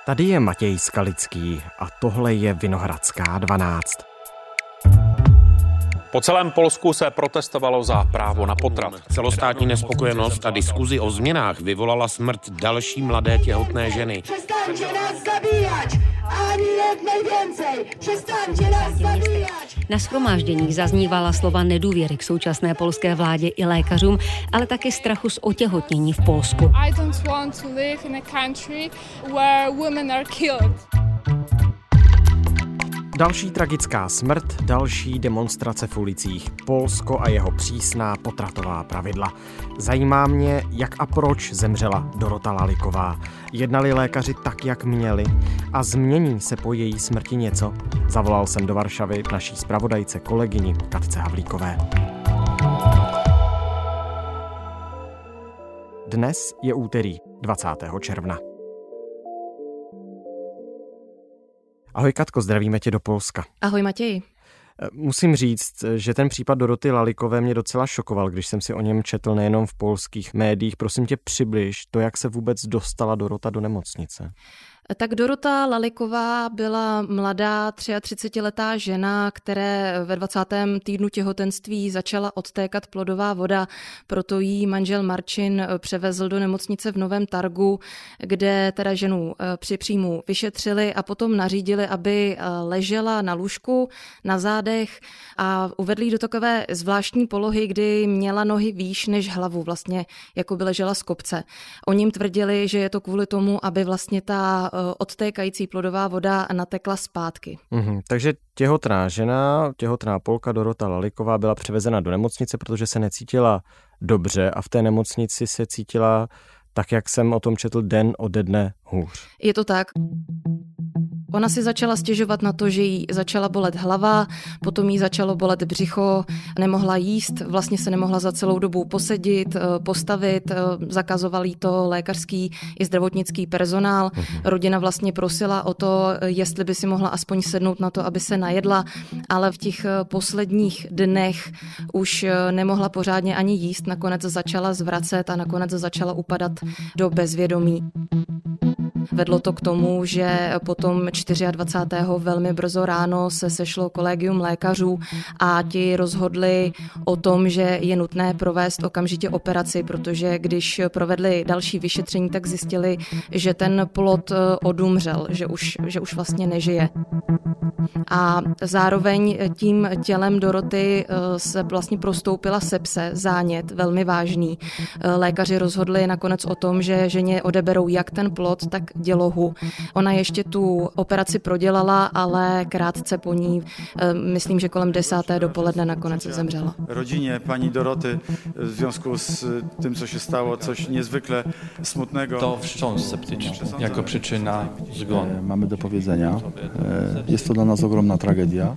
Tady je Matěj Skalický a tohle je Vinohradská 12. Po celém Polsku se protestovalo za právo na potrat. Celostátní nespokojenost a diskuzi o změnách vyvolala smrt další mladé těhotné ženy. Přestaňte nás zabíjať! Ani jednej więcej! Přestaňte nás zabíjať! Na shromážděních zaznívala slova nedůvěry k současné polské vládě i lékařům, ale taky strachu z otěhotnění v Polsku. I don't want to live in a country where women are killed. Další tragická smrt, další demonstrace v ulicích, Polsko a jeho přísná potratová pravidla. Zajímá mě, jak a proč zemřela Dorota Laliková. Jednali lékaři tak, jak měli? A změní se po její smrti něco? Zavolal jsem do Varšavy naší zpravodajce kolegyni Katce Havlíkové. Dnes je úterý 20. června. Ahoj Katko, zdravíme tě do Polska. Ahoj Matěji. Musím říct, že ten případ Doroty Lalikové mě docela šokoval, když jsem si o něm četl nejenom v polských médiích. Prosím tě, přibliž to, jak se vůbec dostala Dorota do nemocnice. Tak Dorota Laliková byla mladá 33letá žena, které ve 20. týdnu těhotenství začala odtékat plodová voda, proto jí manžel Marcin převezl do nemocnice v Novém Targu, kde teda ženu při příjmu vyšetřili a potom nařídili, aby ležela na lůžku, na zádech a uvedli ji do takové zvláštní polohy, kdy měla nohy výš než hlavu, vlastně jako by ležela z kopce. Oni jim tvrdili, že je to kvůli tomu, aby vlastně ta odtékající plodová voda natekla zpátky. Takže těhotná žena, těhotná Polka Dorota Laliková byla převezena do nemocnice, protože se necítila dobře a v té nemocnici se cítila tak, jak jsem o tom četl, den ode dne hůř. Je to tak. Ona si začala stěžovat na to, že jí začala bolet hlava, potom jí začalo bolet břicho, nemohla jíst, vlastně se nemohla za celou dobu posedit, postavit, zakazoval jí to lékařský i zdravotnický personál. Rodina vlastně prosila o to, jestli by si mohla aspoň sednout na to, aby se najedla, ale v těch posledních dnech už nemohla pořádně ani jíst, nakonec začala zvracet a nakonec začala upadat do bezvědomí. Vedlo to k tomu, že potom 24. velmi brzo ráno se sešlo kolegium lékařů a ti rozhodli o tom, že je nutné provést okamžitě operaci, protože když provedli další vyšetření, tak zjistili, že ten plod odumřel, že už vlastně nežije. A zároveň tím tělem Doroty se vlastně prostoupila sepse, zánět, velmi vážný. Lékaři rozhodli nakonec o tom, že ženě odeberou jak ten plod, tak dělohu. Ona ještě tu operaci prodělala, ale krátce po ní, myslím, že kolem 10. dopoledne nakonec zemřela. Rodzinie pani Doroty w związku z tym, co się stało, coś niezwykle smutnego. To wstrząs septyczny jako przyczyna zgonu. Mamy do powiedzenia. Jest to dla nas ogromna tragedia.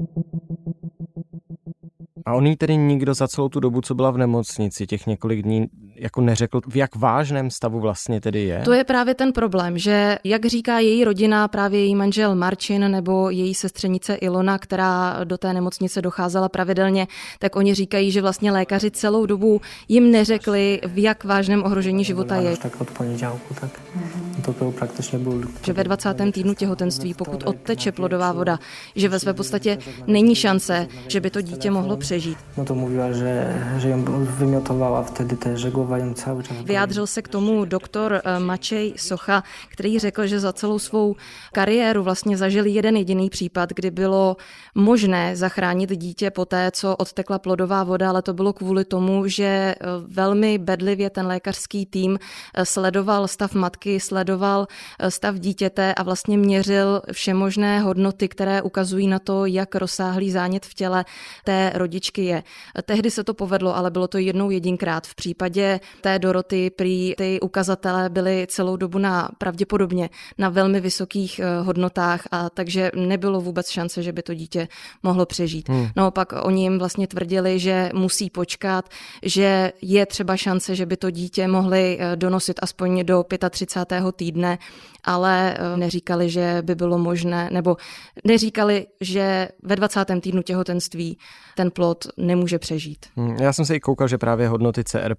A on jí tedy nikdo za celou tu dobu, co byla v nemocnici, těch několik dní, jako neřekl, v jak vážném stavu vlastně tedy je? To je právě ten problém, že jak říká její rodina, právě její manžel Marcin nebo její sestřenice Ilona, která do té nemocnice docházela pravidelně, tak oni říkají, že vlastně lékaři celou dobu jim neřekli, v jak vážném ohrožení života je. Tak od poniedziałku, tak to byl prakticky ból. Že ve 20. týdnu těhotenství, pokud odteče plodová voda, že ve své podstatě není šance, že by to dítě mohlo přežít. No to mluvila, že ją wymiotovala wtedy te żegłowa ją cały czas. Vyjádřil se k tomu doktor Maciej Socha, který řekl, že za celou svou kariéru vlastně zažil jeden jediný případ, kdy bylo možné zachránit dítě po té, co odtekla plodová voda, ale to bylo kvůli tomu, že velmi bedlivě ten lékařský tým sledoval stav matky, sledoval stav dítěte a vlastně měřil všemožné hodnoty, které ukazují na to, jak rozsáhlý zánět v těle té rodičky je. Tehdy se to povedlo, ale bylo to jednou jedinkrát. V případě té Doroty prý ty ukazatele byly celou dobu pravděpodobně na velmi vysokých hodnotách, a takže nebylo vůbec šance, že by to dítě mohlo přežít. Naopak oni jim vlastně tvrdili, že musí počkat, že je třeba šance, že by to dítě mohli donosit aspoň do 35. týdne, ale neříkali, že by bylo možné, nebo neříkali, že ve 20. týdnu těhotenství ten plod nemůže přežít. Já jsem se i koukal, že právě hodnoty CRP, zánět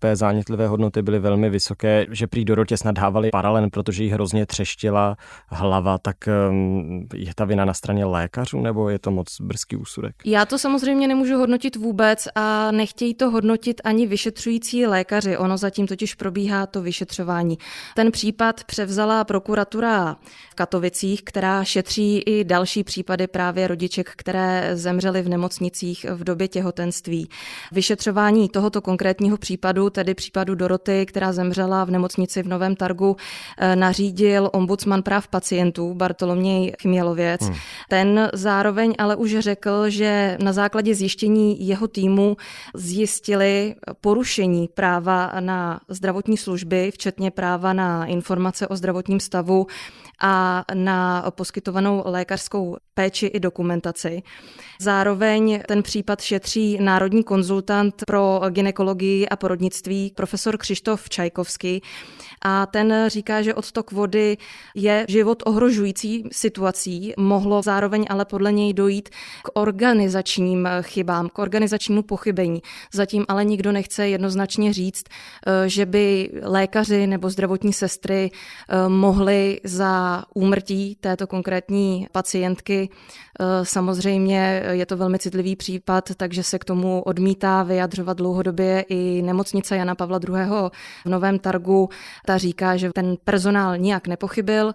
citlivé hodnoty byly velmi vysoké, že prý Dorotě snad dávali paralen, protože jí hrozně třeštila hlava, tak je ta vina na straně lékařů, nebo je to moc brzký úsudek? Já to samozřejmě nemůžu hodnotit vůbec a nechtějí to hodnotit ani vyšetřující lékaři. Ono zatím totiž probíhá to vyšetřování. Ten případ převzala prokuratura v Katovicích, která šetří i další případy právě rodiček, které zemřely v nemocnicích v době těhotenství. Vyšetřování tohoto konkrétního případu, tedy případu Doroty, která zemřela v nemocnici v Novém Targu, nařídil ombudsman práv pacientů Bartoloměj Chmělověc. Ten zároveň ale už řekl, že na základě zjištění jeho týmu zjistili porušení práva na zdravotní služby, včetně práva na informace o zdravotním stavu a na poskytovanou lékařskou péči i dokumentaci. Zároveň ten případ šetří národní konzultant pro gynekologii a porodnictví profesor Křištof Čajkovský a ten říká, že odtok vody je život ohrožující situací, mohlo zároveň ale podle něj dojít k organizačním chybám, k organizačnímu pochybení. Zatím ale nikdo nechce jednoznačně říct, že by lékaři nebo zdravotní sestry mohli za úmrtí této konkrétní pacientky. Samozřejmě je to velmi citlivý případ, takže se k tomu odmítá vyjadřovat dlouhodobě i nemocnice Jana Pavla II. V Novém Targu. Ta říká, že ten personál nijak nepochybil,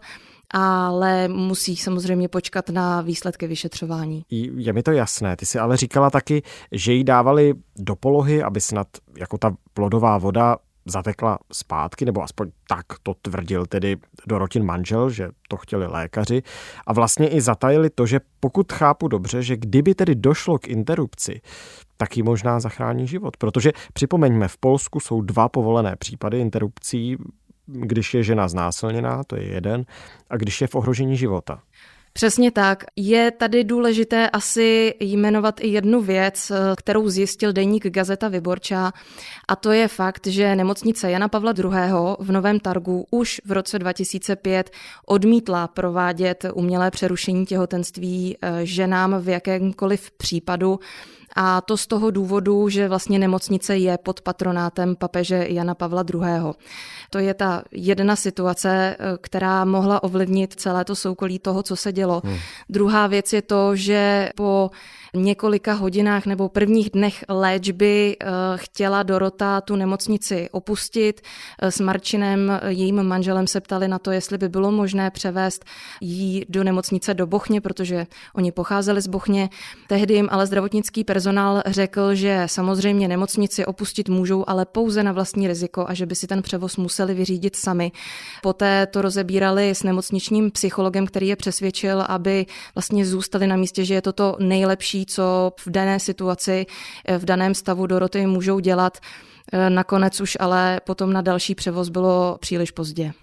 ale musí samozřejmě počkat na výsledky vyšetřování. Je mi to jasné. Ty jsi ale říkala taky, že jí dávali do polohy, aby snad jako ta plodová voda zatekla zpátky, nebo aspoň tak to tvrdil tedy Dorotin manžel, že to chtěli lékaři. A vlastně i zatajili to, že pokud chápu dobře, že kdyby tedy došlo k interrupci, tak jí možná zachrání život. Protože připomeňme, v Polsku jsou 2 povolené případy interrupcí, když je žena znásilněná, to je jeden, a když je v ohrožení života. Přesně tak. Je tady důležité asi jmenovat i jednu věc, kterou zjistil deník Gazeta Vyborča, a to je fakt, že nemocnice Jana Pavla II. V Novém Targu už v roce 2005 odmítla provádět umělé přerušení těhotenství ženám v jakémkoliv případu. A to z toho důvodu, že vlastně nemocnice je pod patronátem papeže Jana Pavla II. To je ta jedna situace, která mohla ovlivnit celé to soukolí toho, co se dělo. Druhá věc je to, že po několika hodinách nebo prvních dnech léčby chtěla Dorota tu nemocnici opustit. S Marčinem, jejím manželem, se ptali na to, jestli by bylo možné převést jí do nemocnice do Bochně, protože oni pocházeli z Bochně. Tehdy jim ale zdravotnický personál řekl, že samozřejmě nemocnici opustit můžou, ale pouze na vlastní riziko a že by si ten převoz museli vyřídit sami. Poté to rozebírali s nemocničním psychologem, který je přesvědčil, aby vlastně zůstali na místě, že je to to nejlepší, co v dané situaci, v daném stavu Doroty můžou dělat. Nakonec už ale potom na další převoz bylo příliš pozdě.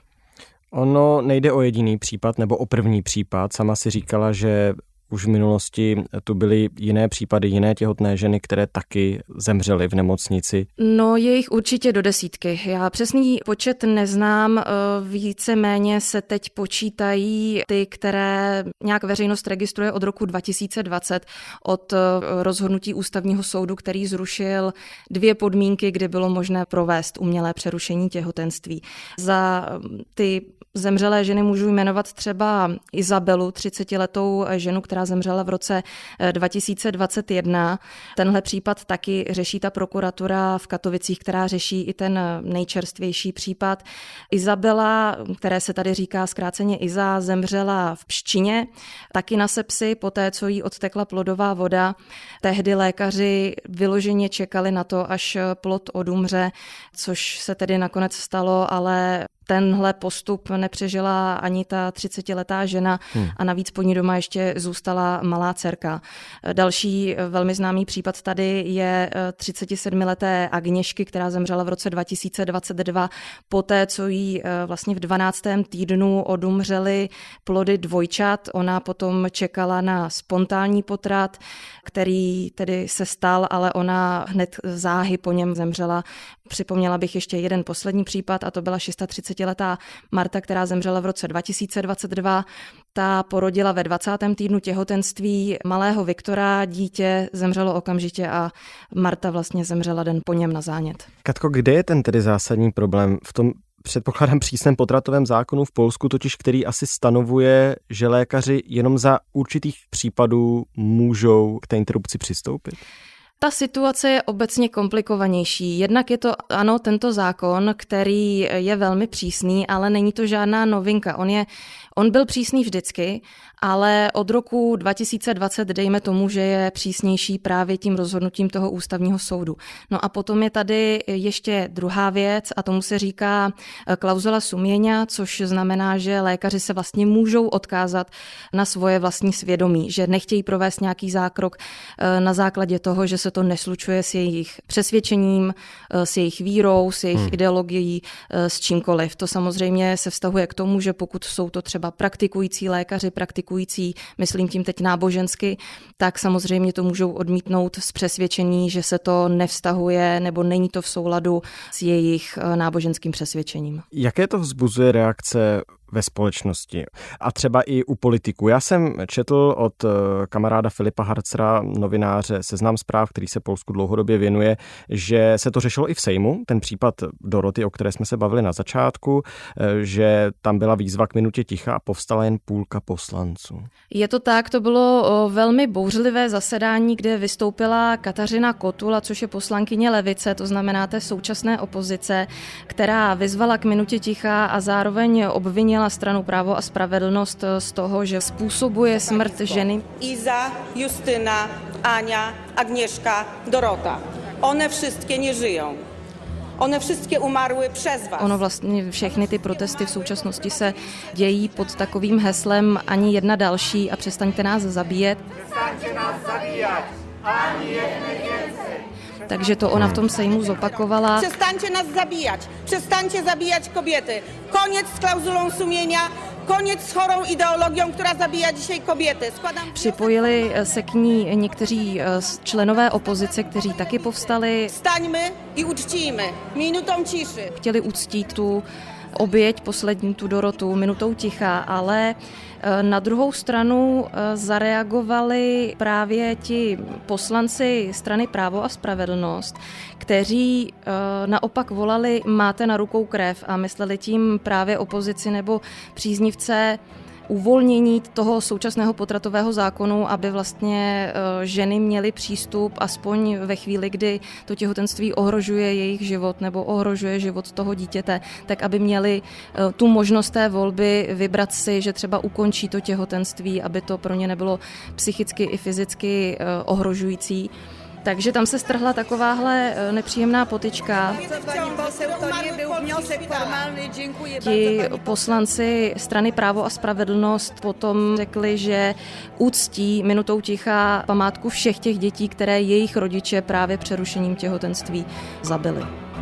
Ono nejde o jediný případ nebo o první případ. Sama si říkala, že už v minulosti tu byly jiné případy, jiné těhotné ženy, které taky zemřely v nemocnici. No, je jich určitě do desítky. Já přesný počet neznám, víceméně se teď počítají ty, které nějak veřejnost registruje od roku 2020, od rozhodnutí ústavního soudu, který zrušil 2 podmínky, kdy bylo možné provést umělé přerušení těhotenství. Za ty zemřelé ženy můžu jmenovat třeba Izabelu, 30letou ženu, která zemřela v roce 2021. Tenhle případ taky řeší ta prokuratura v Katovicích, která řeší i ten nejčerstvější případ. Izabela, které se tady říká zkráceně Iza, zemřela v Pščině, taky na sepsi, poté, co jí odtekla plodová voda. Tehdy lékaři vyloženě čekali na to, až plod odumře, což se tedy nakonec stalo, ale tenhle postup nepřežila ani ta 30letá žena a navíc po ní doma ještě zůstala malá dcerka. Další velmi známý případ tady je 37leté Agněšky, která zemřela v roce 2022 poté, co jí vlastně v 12. týdnu odumřely plody dvojčat. Ona potom čekala na spontánní potrat, který tedy se stal, ale ona hned záhy po něm zemřela. Připomněla bych ještě jeden poslední případ a to byla 36 10letá Marta, která zemřela v roce 2022, ta porodila ve 20. týdnu těhotenství malého Viktora, dítě zemřelo okamžitě a Marta vlastně zemřela den po něm na zánět. Katko, kde je ten tedy zásadní problém v tom, předpokládám, přísném potratovém zákonu v Polsku, totiž který asi stanovuje, že lékaři jenom za určitých případů můžou k té interrupci přistoupit? Ta situace je obecně komplikovanější. Jednak je to, ano, tento zákon, který je velmi přísný, ale není to žádná novinka. On byl přísný vždycky, ale od roku 2020 dejme tomu, že je přísnější právě tím rozhodnutím toho ústavního soudu. No a potom je tady ještě druhá věc a tomu se říká klauzula sumienia, což znamená, že lékaři se vlastně můžou odkázat na svoje vlastní svědomí, že nechtějí provést nějaký zákrok na základě toho, že se to neslučuje s jejich přesvědčením, s jejich vírou, s jejich ideologií, s čímkoliv. To samozřejmě se vztahuje k tomu, že pokud jsou to třeba praktikující lékaři, myslím tím teď nábožensky, tak samozřejmě to můžou odmítnout z přesvědčení, že se to nevztahuje nebo není to v souladu s jejich náboženským přesvědčením. Jaké to vzbuzuje reakce ve společnosti a třeba i u politiků? Já jsem četl od kamaráda Filipa Harcera, novináře Seznam Zpráv, který se Polsku dlouhodobě věnuje, že se to řešilo i v Sejmu, ten případ Doroty, o které jsme se bavili na začátku, že tam byla výzva k minutě ticha a povstala jen půlka poslanců. Je to tak, to bylo velmi bouřlivé zasedání, kde vystoupila Kateřina Kotula, což je poslankyně levice, to znamená té současné opozice, která vyzvala k minutě ticha a zároveň obvinila stranu Právo a spravedlnost z toho, že způsobuje smrt ženy. Iza, Justyna, Ania, Agnieszka, Dorota. One wszystkie nie żyją. One wszystkie umarły przez vás. Ono vlastně všechny ty protesty v současnosti se dějí pod takovým heslem ani jedna další a přestaňte nás zabíjet. Přestaňte nás zabíjat, ani jednej więcej. Takže to ona v tom Sejmu zopakovala. Przestańcie nas zabijać, przestańcie zabijać kobiety. Koniec z klauzulą sumienia, koniec s chorou ideologią, která zabíjá dzisiaj kobiety. Připojili se k ní někteří členové opozice, kteří taky povstali. Staňme i uctíme minutou tiszy. Chtěli uctít tu oběť, poslední tu Dorotu, minutou ticha, ale na druhou stranu zareagovali právě ti poslanci strany Právo a spravedlnost, kteří naopak volali máte na rukou krev a mysleli tím právě opozici nebo příznivce uvolnění toho současného potratového zákonu, aby vlastně ženy měly přístup aspoň ve chvíli, kdy to těhotenství ohrožuje jejich život nebo ohrožuje život toho dítěte, tak aby měly tu možnost té volby vybrat si, že třeba ukončí to těhotenství, aby to pro ně nebylo psychicky i fyzicky ohrožující. Takže tam se strhla takováhle nepříjemná potyčka. Ti poslanci strany Právo a spravedlnost potom řekli, že uctí minutou ticha památku všech těch dětí, které jejich rodiče právě přerušením těhotenství zabili.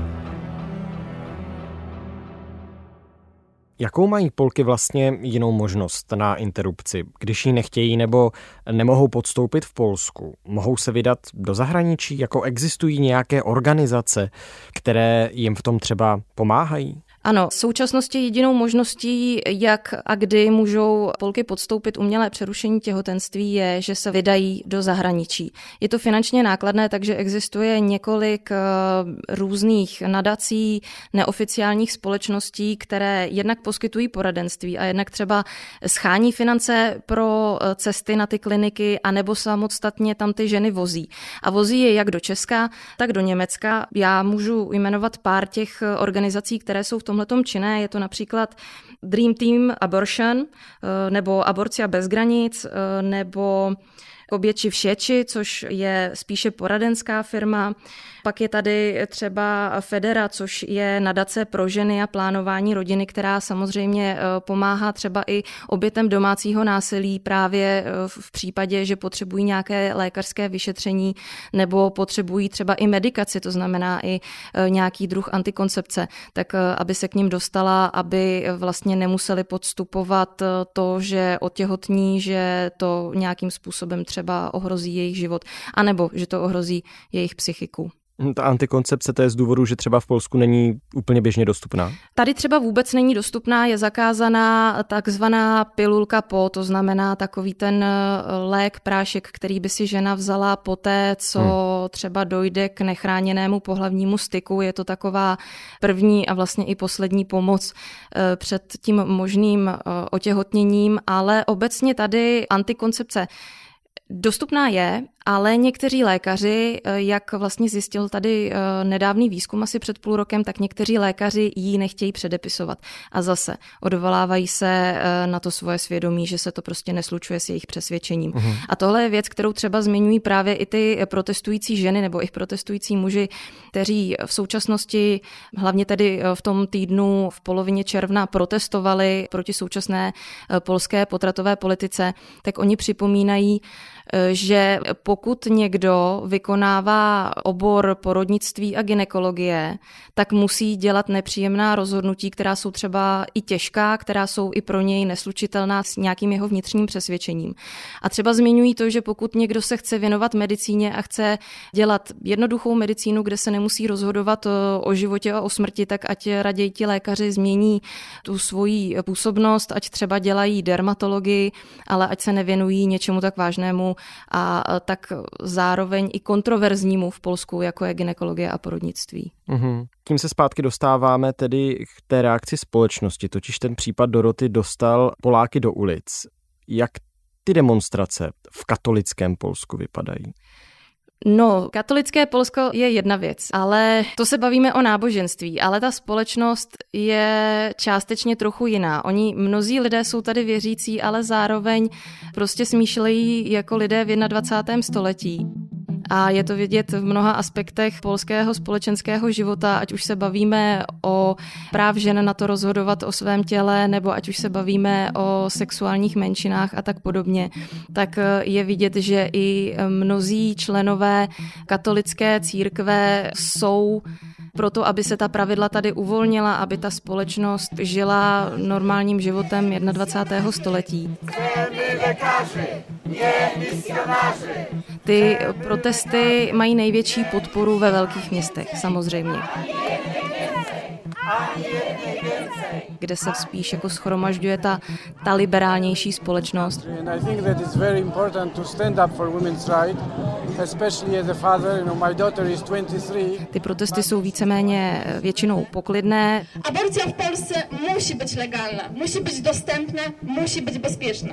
Jakou mají Polky vlastně jinou možnost na interrupci, když ji nechtějí nebo nemohou podstoupit v Polsku? Mohou se vydat do zahraničí? Jako existují nějaké organizace, které jim v tom třeba pomáhají? Ano, v současnosti jedinou možností, jak a kdy můžou Polky podstoupit umělé přerušení těhotenství, je, že se vydají do zahraničí. Je to finančně nákladné, takže existuje několik různých nadací, neoficiálních společností, které jednak poskytují poradenství a jednak třeba schání finance pro cesty na ty kliniky, anebo samostatně tam ty ženy vozí. A vozí je jak do Česka, tak do Německa. Já můžu jmenovat pár těch organizací, které jsou v tomhletom činné. Je to například Dream Team Abortion, nebo Aborcia bez hranic, nebo Kobieči všeči, což je spíše poradenská firma. Pak je tady třeba Federa, což je nadace pro ženy a plánování rodiny, která samozřejmě pomáhá třeba i obětem domácího násilí právě v případě, že potřebují nějaké lékařské vyšetření nebo potřebují třeba i medikaci, to znamená i nějaký druh antikoncepce, tak aby se k nim dostala, aby vlastně nemuseli podstupovat to, že otěhotní, že to nějakým způsobem třeba ohrozí jejich život, anebo že to ohrozí jejich psychiku. Ta antikoncepce, to je z důvodu, že třeba v Polsku není úplně běžně dostupná? Tady třeba vůbec není dostupná, je zakázaná takzvaná pilulka po, to znamená takový ten lék, prášek, který by si žena vzala poté, co třeba dojde k nechráněnému pohlavnímu styku. Je to taková první a vlastně i poslední pomoc před tím možným otěhotněním, ale obecně tady antikoncepce dostupná je, ale někteří lékaři, jak vlastně zjistil tady nedávný výzkum asi před půl rokem, tak někteří lékaři ji nechtějí předepisovat. A zase odvolávají se na to svoje svědomí, že se to prostě neslučuje s jejich přesvědčením. A tohle je věc, kterou třeba zmiňují právě i ty protestující ženy nebo i protestující muži, kteří v současnosti, hlavně tedy v tom týdnu v polovině června protestovali proti současné polské potratové politice, tak oni připomínají, že pokud někdo vykonává obor porodnictví a gynekologie, tak musí dělat nepříjemná rozhodnutí, která jsou třeba i těžká, která jsou i pro něj neslučitelná s nějakým jeho vnitřním přesvědčením. A třeba zmiňují to, že pokud někdo se chce věnovat medicíně a chce dělat jednoduchou medicínu, kde se nemusí rozhodovat o životě a o smrti, tak ať raději ti lékaři změní tu svoji působnost, ať třeba dělají dermatologii, ale ať se nevěnují něčemu tak vážnému a tak zároveň i kontroverznímu v Polsku, jako je gynekologie a porodnictví. Tím se zpátky dostáváme tedy k té reakci společnosti, totiž ten případ Doroty dostal Poláky do ulic. Jak ty demonstrace v katolickém Polsku vypadají? No, katolické Polsko je jedna věc, ale to se bavíme o náboženství, ale ta společnost je částečně trochu jiná. Mnozí lidé jsou tady věřící, ale zároveň prostě smýšlejí jako lidé v 21. století. A je to vidět v mnoha aspektech polského společenského života, ať už se bavíme o práv žen na to rozhodovat o svém těle, nebo ať už se bavíme o sexuálních menšinách a tak podobně, tak je vidět, že i mnozí členové katolické církve jsou proto, aby se ta pravidla tady uvolnila, aby ta společnost žila normálním životem 21. století. Ty protesty mají největší podporu ve velkých městech, samozřejmě. Kde se spíš jako shromažďuje ta liberálnější společnost. Ty protesty jsou víceméně většinou poklidné. Aborcja v Polsce musí být legální, musí být dostępná, musí být bezpečná.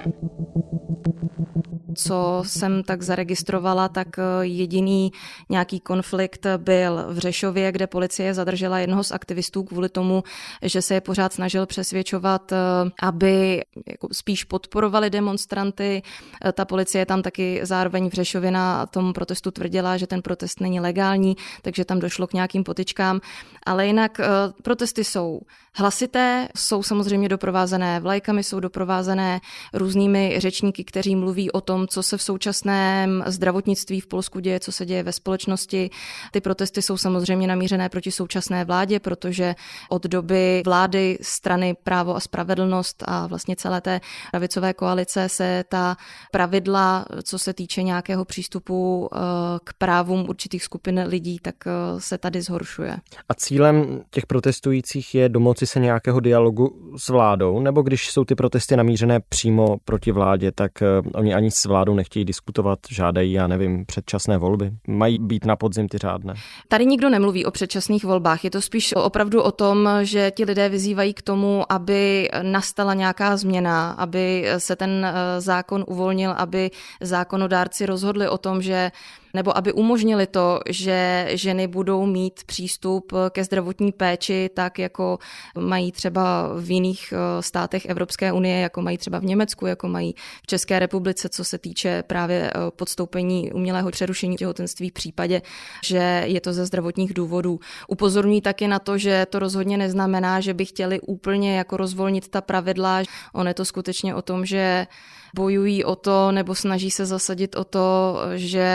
Co jsem tak zaregistrovala, tak jediný nějaký konflikt byl v Řešově, kde policie zadržela jednoho z aktivistů kvůli tomu, že se je pořád snažil přesvědčovat, aby jako spíš podporovali demonstranty. Ta policie tam taky zároveň v Řešově na tom protestu tvrdila, že ten protest není legální, takže tam došlo k nějakým potyčkám. Ale jinak protesty jsou hlasité, jsou samozřejmě doprovázené vlajkami, jsou doprovázené různými řečníky, kteří mluví o tom, co se v současném zdravotnictví v Polsku děje, co se děje ve společnosti. Ty protesty jsou samozřejmě namířené proti současné vládě, protože od doby vlády strany Právo a spravedlnost a vlastně celé té pravicové koalice se ta pravidla, co se týče nějakého přístupu k právům určitých skupin lidí, tak se tady zhoršuje. A cílem těch protestujících je domoci se nějakého dialogu s vládou, nebo když jsou ty protesty namířené přímo proti vládě, tak oni ani s vládou nechtějí diskutovat, žádají, já nevím, předčasné volby. Mají být na podzim ty řádné. Tady nikdo nemluví o předčasných volbách. Je to spíš opravdu o tom, že ti lidé vyzývají k tomu, aby nastala nějaká změna, aby se ten zákon uvolnil, aby zákonodárci rozhodli o tom, nebo aby umožnili to, že ženy budou mít přístup ke zdravotní péči tak, jako mají třeba v jiných státech Evropské unie, jako mají třeba v Německu, jako mají v České republice, co se týče právě podstoupení umělého přerušení těhotenství v případě, že je to ze zdravotních důvodů. Upozorňují taky na to, že to rozhodně neznamená, že by chtěli úplně jako rozvolnit ta pravidla. On je to skutečně o tom, že bojují o to nebo snaží se zasadit o to, že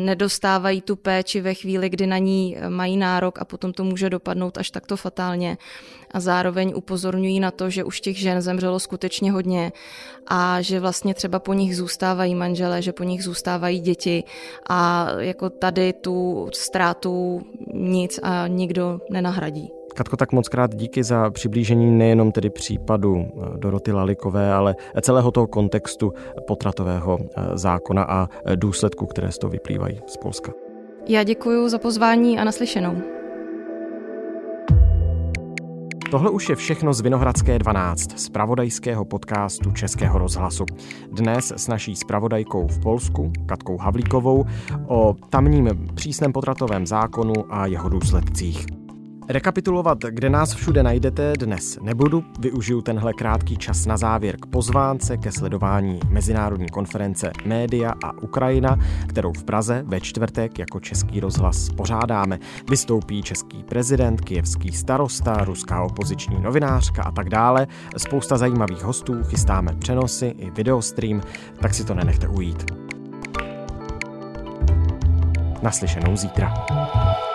nedostávají tu péči ve chvíli, kdy na ní mají nárok a potom to může dopadnout až takto fatálně. A zároveň upozorňují na to, že už těch žen zemřelo skutečně hodně a že vlastně třeba po nich zůstávají manželé, že po nich zůstávají děti a jako tady tu ztrátu nic a nikdo nenahradí. Katko, tak moc krát díky za přiblížení nejenom tedy případu Doroty Lalikové, ale celého toho kontextu potratového zákona a důsledků, které z toho vyplývají z Polska. Já děkuji za pozvání a naslyšenou. Tohle už je všechno z Vinohradské 12, zpravodajského podcastu Českého rozhlasu. Dnes s naší zpravodajkou v Polsku, Katkou Havlíkovou, o tamním přísném potratovém zákonu a jeho důsledcích. Rekapitulovat, kde nás všude najdete, dnes nebudu, využiju tenhle krátký čas na závěr k pozvánce ke sledování mezinárodní konference Média a Ukrajina, kterou v Praze ve čtvrtek jako Český rozhlas pořádáme. Vystoupí český prezident, kyjevský starosta, ruská opoziční novinářka a tak dále. Spousta zajímavých hostů, chystáme přenosy i videostream, tak si to nenechte ujít. Naslyšenou zítra.